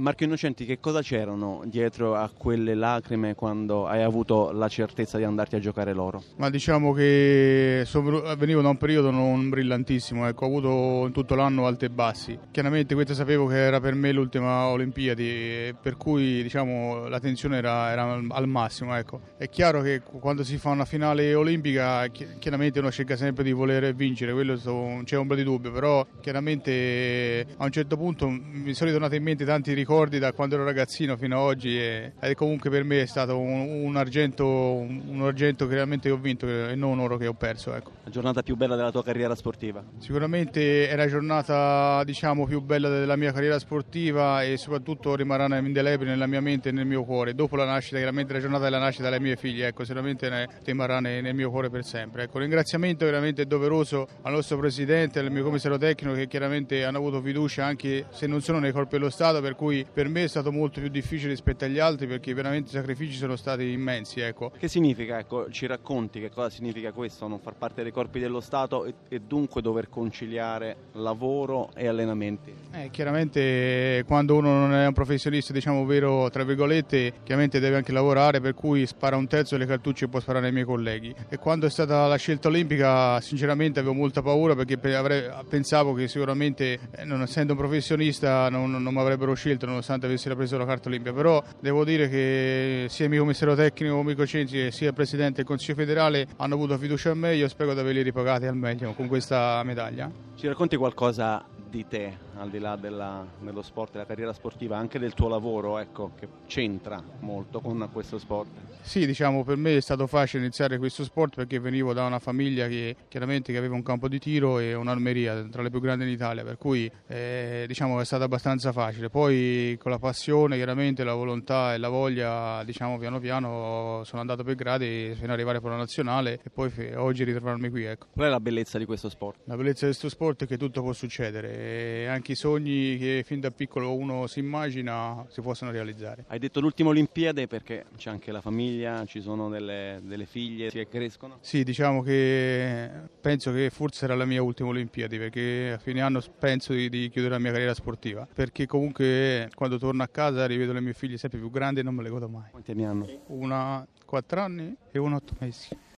Marco Innocenti, che cosa c'erano dietro a quelle lacrime quando hai avuto la certezza di andarti a giocare l'oro? Ma diciamo che venivo da un periodo non brillantissimo, ecco, ho avuto in tutto l'anno alti e bassi. Chiaramente questo sapevo che era per me l'ultima Olimpiadi, per cui diciamo la tensione era al massimo, ecco. È chiaro che quando si fa una finale olimpica chiaramente uno cerca sempre di voler vincere, quello non c'è ombra di dubbio, però chiaramente a un certo punto mi sono ritornati in mente tanti ricordi da quando ero ragazzino fino ad oggi e comunque per me è stato un argento che realmente ho vinto e non un oro che ho perso, ecco. La giornata più bella della tua carriera sportiva? Sicuramente è la giornata diciamo più bella della mia carriera sportiva e soprattutto rimarrà indelebile nella mia mente e nel mio cuore. Dopo la nascita, chiaramente la giornata della nascita delle mie figlie, ecco, sicuramente rimarrà nel mio cuore per sempre. Ecco, ringraziamento veramente doveroso al nostro presidente, al mio commissario tecnico che chiaramente hanno avuto fiducia anche se non sono nei corpi dello Stato, per cui per me è stato molto più difficile rispetto agli altri perché veramente i sacrifici sono stati immensi, ecco. Che significa, ecco, ci racconti che cosa significa questo, non far parte dei corpi dello Stato e dunque dover conciliare lavoro e allenamenti? Chiaramente quando uno non è un professionista, diciamo vero, tra virgolette, chiaramente deve anche lavorare, per cui spara un terzo delle cartucce che può sparare ai miei colleghi. E quando è stata la scelta olimpica, sinceramente avevo molta paura perché pensavo che sicuramente, non essendo un professionista, non mi avrebbero scelto nonostante avessero preso la carta olimpica. Però devo dire che sia il mio commissario tecnico Mico Censi sia il presidente del Consiglio federale hanno avuto fiducia in me, io spero di averli ripagati al meglio con questa medaglia. Ci racconti qualcosa di te, al di là dello sport, della carriera sportiva, anche del tuo lavoro, ecco, che c'entra molto con questo sport? Sì, diciamo per me è stato facile iniziare questo sport perché venivo da una famiglia che chiaramente aveva un campo di tiro e un'armeria tra le più grandi in Italia, per cui diciamo è stato abbastanza facile. Poi con la passione, chiaramente la volontà e la voglia, diciamo piano piano sono andato per gradi fino ad arrivare poi alla nazionale e poi oggi ritrovarmi qui, ecco. Qual è la bellezza di questo sport? La bellezza di questo sport è che tutto può succedere e anche i sogni che fin da piccolo uno si immagina si possono realizzare. Hai detto l'ultima Olimpiade perché c'è anche la famiglia, ci sono delle figlie che crescono? Sì, diciamo che penso che forse sarà la mia ultima Olimpiadi perché a fine anno penso di chiudere la mia carriera sportiva perché comunque quando torno a casa rivedo le mie figlie sempre più grandi e non me le godo mai. Quanti anni hanno? Una 4 anni e una 8 mesi.